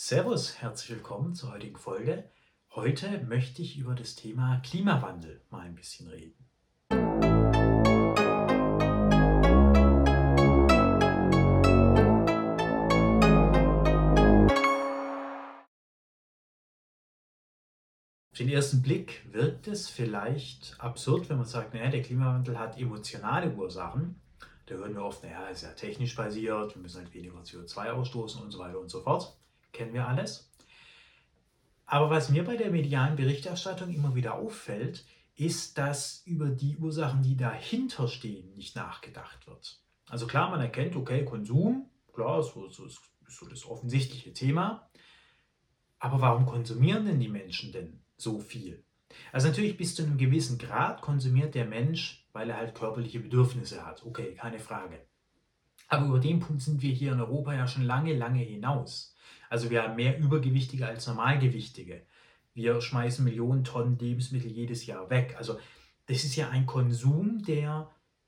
Servus, herzlich willkommen zur heutigen Folge. Heute möchte ich über das Thema Klimawandel mal ein bisschen reden. Auf den ersten Blick wirkt es vielleicht absurd, wenn man sagt, naja, der Klimawandel hat emotionale Ursachen. Da hören wir oft, naja, ist ja technisch basiert, wir müssen halt weniger CO2 ausstoßen und so weiter und so fort. Kennen wir alles. Aber was mir bei der medialen Berichterstattung immer wieder auffällt, ist, dass über die Ursachen, die dahinter stehen, nicht nachgedacht wird. Also klar, man erkennt, okay, Konsum, klar, ist so das offensichtliche Thema. Aber warum konsumieren denn die Menschen denn so viel? Also natürlich bis zu einem gewissen Grad konsumiert der Mensch, weil er halt körperliche Bedürfnisse hat. Okay, keine Frage. Aber über den Punkt sind wir hier in Europa ja schon lange, lange hinaus. Also wir haben mehr Übergewichtige als Normalgewichtige. Wir schmeißen Millionen Tonnen Lebensmittel jedes Jahr weg. Also das ist ja ein Konsum, der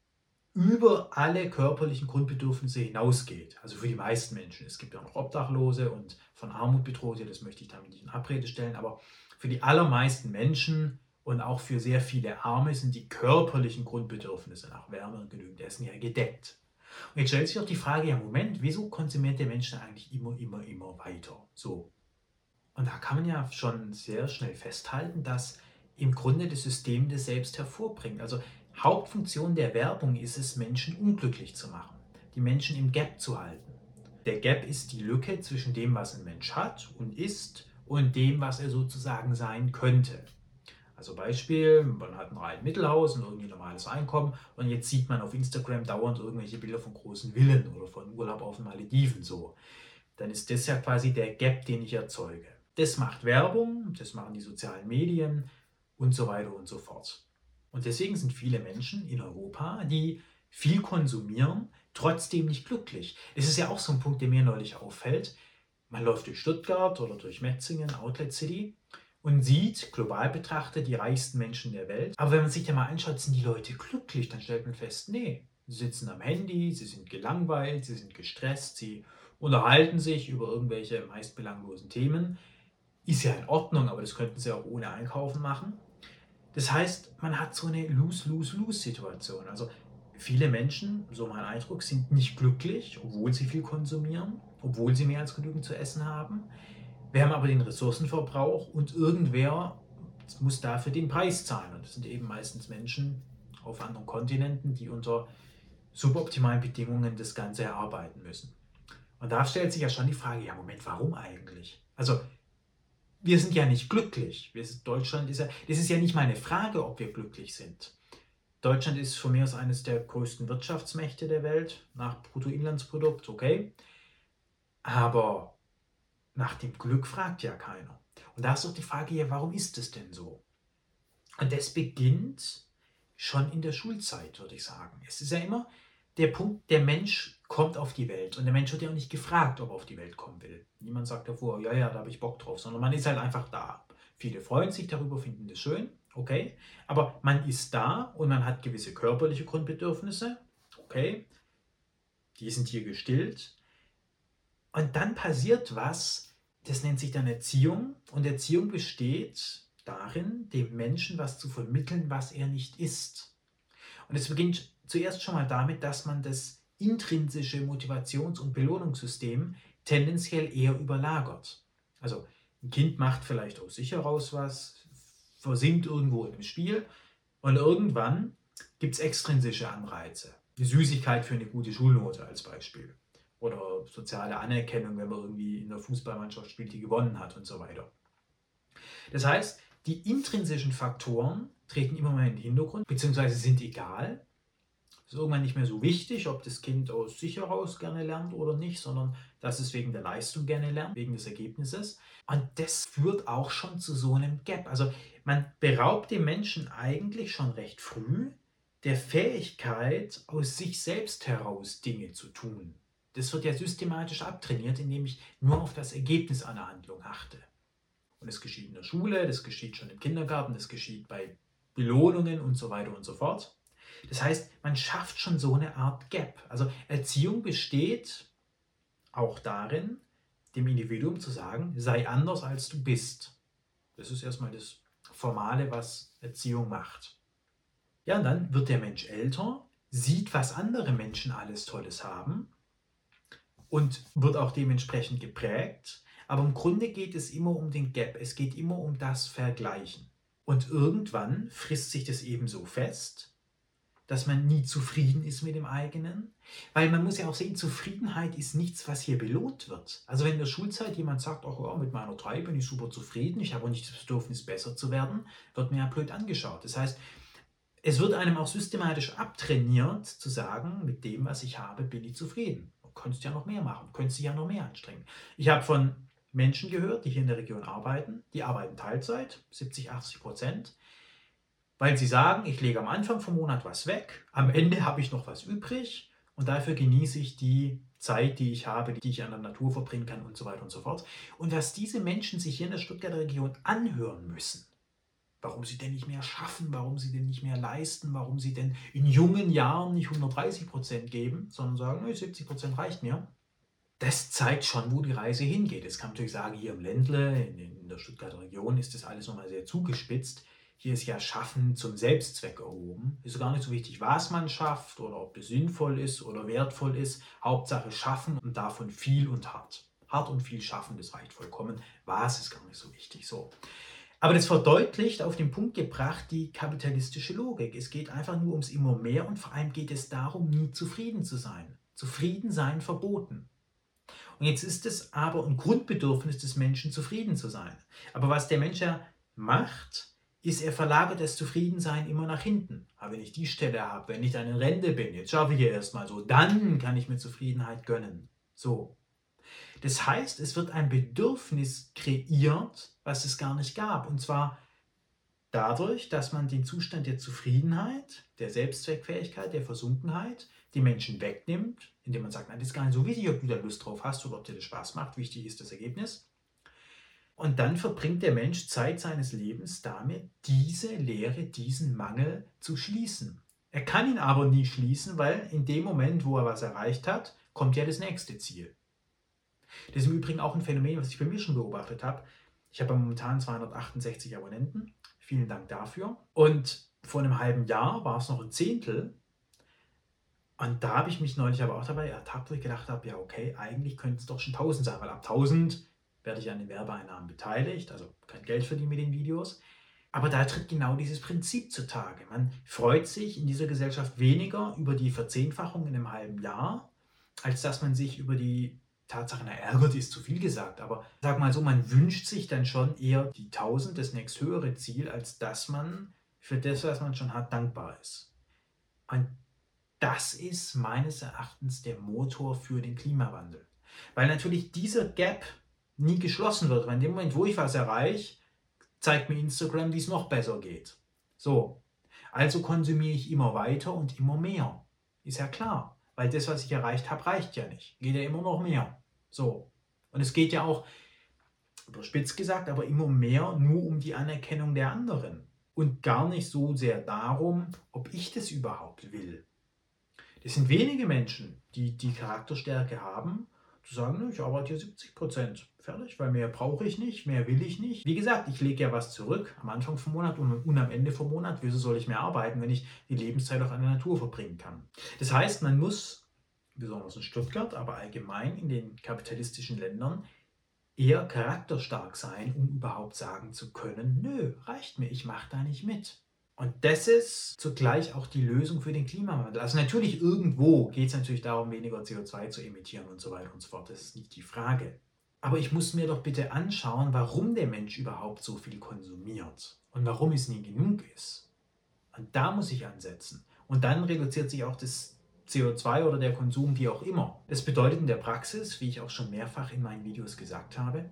über alle körperlichen Grundbedürfnisse hinausgeht. Also für die meisten Menschen. Es gibt ja noch Obdachlose und von Armut Bedrohte, das möchte ich damit nicht in Abrede stellen, aber für die allermeisten Menschen und auch für sehr viele Arme sind die körperlichen Grundbedürfnisse nach Wärme und genügend Essen ja gedeckt. Und jetzt stellt sich auch die Frage, ja Moment, wieso konsumiert der Mensch dann eigentlich immer weiter? So. Und da kann man ja schon sehr schnell festhalten, dass im Grunde das System das selbst hervorbringt. Also Hauptfunktion der Werbung ist es, Menschen unglücklich zu machen, die Menschen im Gap zu halten. Der Gap ist die Lücke zwischen dem, was ein Mensch hat und ist, und dem, was er sozusagen sein könnte. Also Beispiel, man hat ein rein Mittelhaus und irgendwie normales Einkommen und jetzt sieht man auf Instagram dauernd irgendwelche Bilder von großen Villen oder von Urlaub auf den Malediven so. Dann ist das ja quasi der Gap, den ich erzeuge. Das macht Werbung, das machen die sozialen Medien und so weiter und so fort. Und deswegen sind viele Menschen in Europa, die viel konsumieren, trotzdem nicht glücklich. Es ist ja auch so ein Punkt, der mir neulich auffällt. Man läuft durch Stuttgart oder durch Metzingen, Outlet City, und sieht, global betrachtet, die reichsten Menschen der Welt. Aber wenn man sich da mal anschaut, sind die Leute glücklich, dann stellt man fest, nee, sie sitzen am Handy, sie sind gelangweilt, sie sind gestresst, sie unterhalten sich über irgendwelche meist belanglosen Themen. Ist ja in Ordnung, aber das könnten sie auch ohne Einkaufen machen. Das heißt, man hat so eine Lose-Lose-Lose-Situation. Also viele Menschen, so mein Eindruck, sind nicht glücklich, obwohl sie viel konsumieren, obwohl sie mehr als genügend zu essen haben. Wir haben aber den Ressourcenverbrauch und irgendwer muss dafür den Preis zahlen. Und das sind eben meistens Menschen auf anderen Kontinenten, die unter suboptimalen Bedingungen das Ganze erarbeiten müssen. Und da stellt sich ja schon die Frage, ja Moment, warum eigentlich? Also wir sind ja nicht glücklich. Deutschland ist ja, das ist ja nicht mal eine Frage, ob wir glücklich sind. Deutschland ist von mir aus eines der größten Wirtschaftsmächte der Welt, nach Bruttoinlandsprodukt, okay. Aber nach dem Glück fragt ja keiner. Und da ist doch die Frage, ja, warum ist es denn so? Und das beginnt schon in der Schulzeit, würde ich sagen. Es ist ja immer der Punkt, der Mensch kommt auf die Welt. Und der Mensch wird ja auch nicht gefragt, ob er auf die Welt kommen will. Niemand sagt davor, ja, ja, da habe ich Bock drauf, sondern man ist halt einfach da. Viele freuen sich darüber, finden das schön, okay. Aber man ist da und man hat gewisse körperliche Grundbedürfnisse, okay. Die sind hier gestillt. Und dann passiert was, das nennt sich dann Erziehung. Und Erziehung besteht darin, dem Menschen was zu vermitteln, was er nicht ist. Und es beginnt zuerst schon mal damit, dass man das intrinsische Motivations- und Belohnungssystem tendenziell eher überlagert. Also ein Kind macht vielleicht aus sich heraus was, versinkt irgendwo in einem Spiel und irgendwann gibt es extrinsische Anreize. Eine Süßigkeit für eine gute Schulnote als Beispiel. Oder soziale Anerkennung, wenn man irgendwie in der Fußballmannschaft spielt, die gewonnen hat und so weiter. Das heißt, die intrinsischen Faktoren treten immer mehr in den Hintergrund, beziehungsweise sind egal. Es ist irgendwann nicht mehr so wichtig, ob das Kind aus sich heraus gerne lernt oder nicht, sondern dass es wegen der Leistung gerne lernt, wegen des Ergebnisses. Und das führt auch schon zu so einem Gap. Also man beraubt den Menschen eigentlich schon recht früh der Fähigkeit, aus sich selbst heraus Dinge zu tun. Das wird ja systematisch abtrainiert, indem ich nur auf das Ergebnis einer Handlung achte. Und das geschieht in der Schule, das geschieht schon im Kindergarten, das geschieht bei Belohnungen und so weiter und so fort. Das heißt, man schafft schon so eine Art Gap. Also Erziehung besteht auch darin, dem Individuum zu sagen, sei anders als du bist. Das ist erstmal das Formale, was Erziehung macht. Ja, und dann wird der Mensch älter, sieht, was andere Menschen alles Tolles haben und wird auch dementsprechend geprägt. Aber im Grunde geht es immer um den Gap, es geht immer um das Vergleichen. Und irgendwann frisst sich das eben so fest, dass man nie zufrieden ist mit dem eigenen. Weil man muss ja auch sehen, Zufriedenheit ist nichts, was hier belohnt wird. Also wenn in der Schulzeit jemand sagt, ach ja, mit meiner 3 bin ich super zufrieden, ich habe auch nicht das Bedürfnis, besser zu werden, wird mir ja blöd angeschaut. Das heißt, es wird einem auch systematisch abtrainiert, zu sagen, mit dem, was ich habe, bin ich zufrieden. Du könntest ja noch mehr machen, du könntest dich ja noch mehr anstrengen. Ich habe von Menschen gehört, die hier in der Region arbeiten, die arbeiten Teilzeit, 70-80%, weil sie sagen, ich lege am Anfang vom Monat was weg, am Ende habe ich noch was übrig und dafür genieße ich die Zeit, die ich habe, die ich an der Natur verbringen kann und so weiter und so fort. Und was diese Menschen sich hier in der Stuttgarter Region anhören müssen, warum sie denn nicht mehr schaffen, warum sie denn nicht mehr leisten, warum sie denn in jungen Jahren nicht 130% geben, sondern sagen, 70% reicht mir. Das zeigt schon, wo die Reise hingeht. Jetzt kann man natürlich sagen, hier im Ländle, in der Stuttgarter Region ist das alles nochmal sehr zugespitzt. Hier ist ja Schaffen zum Selbstzweck erhoben. Ist gar nicht so wichtig, was man schafft oder ob es sinnvoll ist oder wertvoll ist. Hauptsache schaffen und davon viel und hart. Hart und viel schaffen, das reicht vollkommen. Was ist gar nicht so wichtig. So. Aber das verdeutlicht, auf den Punkt gebracht, die kapitalistische Logik. Es geht einfach nur ums immer mehr und vor allem geht es darum, nie zufrieden zu sein. Zufrieden sein verboten. Und jetzt ist es aber ein Grundbedürfnis des Menschen, zufrieden zu sein. Aber was der Mensch ja macht, ist, er verlagert das Zufriedensein immer nach hinten. Aber wenn ich die Stelle habe, wenn ich dann in Rente bin, jetzt schaffe ich ja erstmal so, dann kann ich mir Zufriedenheit gönnen. So. Das heißt, es wird ein Bedürfnis kreiert, was es gar nicht gab. Und zwar dadurch, dass man den Zustand der Zufriedenheit, der Selbstzweckfähigkeit, der Versunkenheit, die Menschen wegnimmt, indem man sagt, nein, das ist gar nicht so wichtig, ob du da Lust drauf hast oder ob dir das Spaß macht, wichtig ist das Ergebnis. Und dann verbringt der Mensch Zeit seines Lebens damit, diese Leere, diesen Mangel zu schließen. Er kann ihn aber nie schließen, weil in dem Moment, wo er was erreicht hat, kommt ja das nächste Ziel. Das ist im Übrigen auch ein Phänomen, was ich bei mir schon beobachtet habe. Ich habe momentan 268 Abonnenten. Vielen Dank dafür. Und vor einem halben Jahr war es noch ein Zehntel. Und da habe ich mich neulich aber auch dabei ertappt, wo ich gedacht habe, ja okay, eigentlich könnte es doch schon 1000 sein, weil ab 1000 werde ich an den Werbeeinnahmen beteiligt, also kein Geld verdienen mit den Videos. Aber da tritt genau dieses Prinzip zutage. Man freut sich in dieser Gesellschaft weniger über die Verzehnfachung in einem halben Jahr, als dass man sich über die Tatsache, ärgert ist zu viel gesagt, aber sag mal so, man wünscht sich dann schon eher die 1000, das nächsthöhere Ziel, als dass man für das, was man schon hat, dankbar ist. Und das ist meines Erachtens der Motor für den Klimawandel. Weil natürlich dieser Gap nie geschlossen wird, weil in dem Moment, wo ich was erreiche, zeigt mir Instagram, wie es noch besser geht. So, also konsumiere ich immer weiter und immer mehr. Ist ja klar, weil das, was ich erreicht habe, reicht ja nicht. Geht ja immer noch mehr. So, und es geht ja auch, überspitzt gesagt, aber immer mehr nur um die Anerkennung der anderen. Und gar nicht so sehr darum, ob ich das überhaupt will. Das sind wenige Menschen, die die Charakterstärke haben, zu sagen, ich arbeite hier 70%, fertig, weil mehr brauche ich nicht, mehr will ich nicht. Wie gesagt, ich lege ja was zurück am Anfang vom Monat und am Ende vom Monat. Wieso soll ich mehr arbeiten, wenn ich die Lebenszeit auch an der Natur verbringen kann? Das heißt, man muss, besonders in Stuttgart, aber allgemein in den kapitalistischen Ländern, eher charakterstark sein, um überhaupt sagen zu können, nö, reicht mir, ich mache da nicht mit. Und das ist zugleich auch die Lösung für den Klimawandel. Also natürlich irgendwo geht es natürlich darum, weniger CO2 zu emittieren und so weiter und so fort. Das ist nicht die Frage. Aber ich muss mir doch bitte anschauen, warum der Mensch überhaupt so viel konsumiert und warum es nie genug ist. Und da muss ich ansetzen. Und dann reduziert sich auch das CO2 oder der Konsum, wie auch immer. Das bedeutet in der Praxis, wie ich auch schon mehrfach in meinen Videos gesagt habe,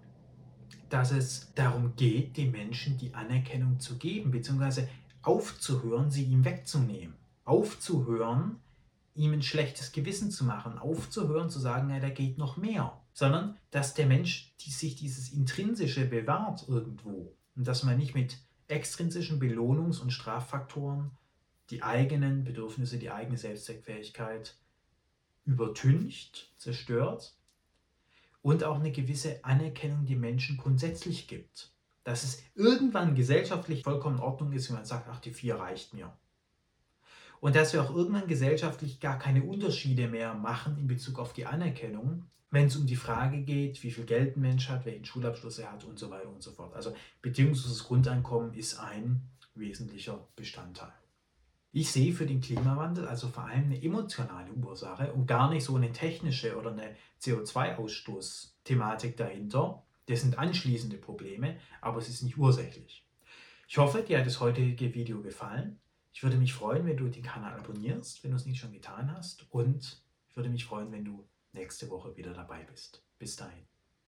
dass es darum geht, den Menschen die Anerkennung zu geben, beziehungsweise aufzuhören, sie ihm wegzunehmen. Aufzuhören, ihm ein schlechtes Gewissen zu machen. Aufzuhören, zu sagen, da geht noch mehr. Sondern, dass der Mensch sich dieses Intrinsische bewahrt irgendwo. Und dass man nicht mit extrinsischen Belohnungs- und Straffaktoren die eigenen Bedürfnisse, die eigene Selbstzweckfähigkeit übertüncht, zerstört. und auch eine gewisse Anerkennung, die Menschen grundsätzlich gibt. Dass es irgendwann gesellschaftlich vollkommen in Ordnung ist, wenn man sagt, ach, die 4 reicht mir. Und dass wir auch irgendwann gesellschaftlich gar keine Unterschiede mehr machen in Bezug auf die Anerkennung, wenn es um die Frage geht, wie viel Geld ein Mensch hat, welchen Schulabschluss er hat und so weiter und so fort. Also bedingungsloses Grundeinkommen ist ein wesentlicher Bestandteil. Ich sehe für den Klimawandel also vor allem eine emotionale Ursache und gar nicht so eine technische oder eine CO2-Ausstoß-Thematik dahinter. Das sind anschließende Probleme, aber es ist nicht ursächlich. Ich hoffe, dir hat das heutige Video gefallen. Ich würde mich freuen, wenn du den Kanal abonnierst, wenn du es nicht schon getan hast. Und ich würde mich freuen, wenn du nächste Woche wieder dabei bist. Bis dahin.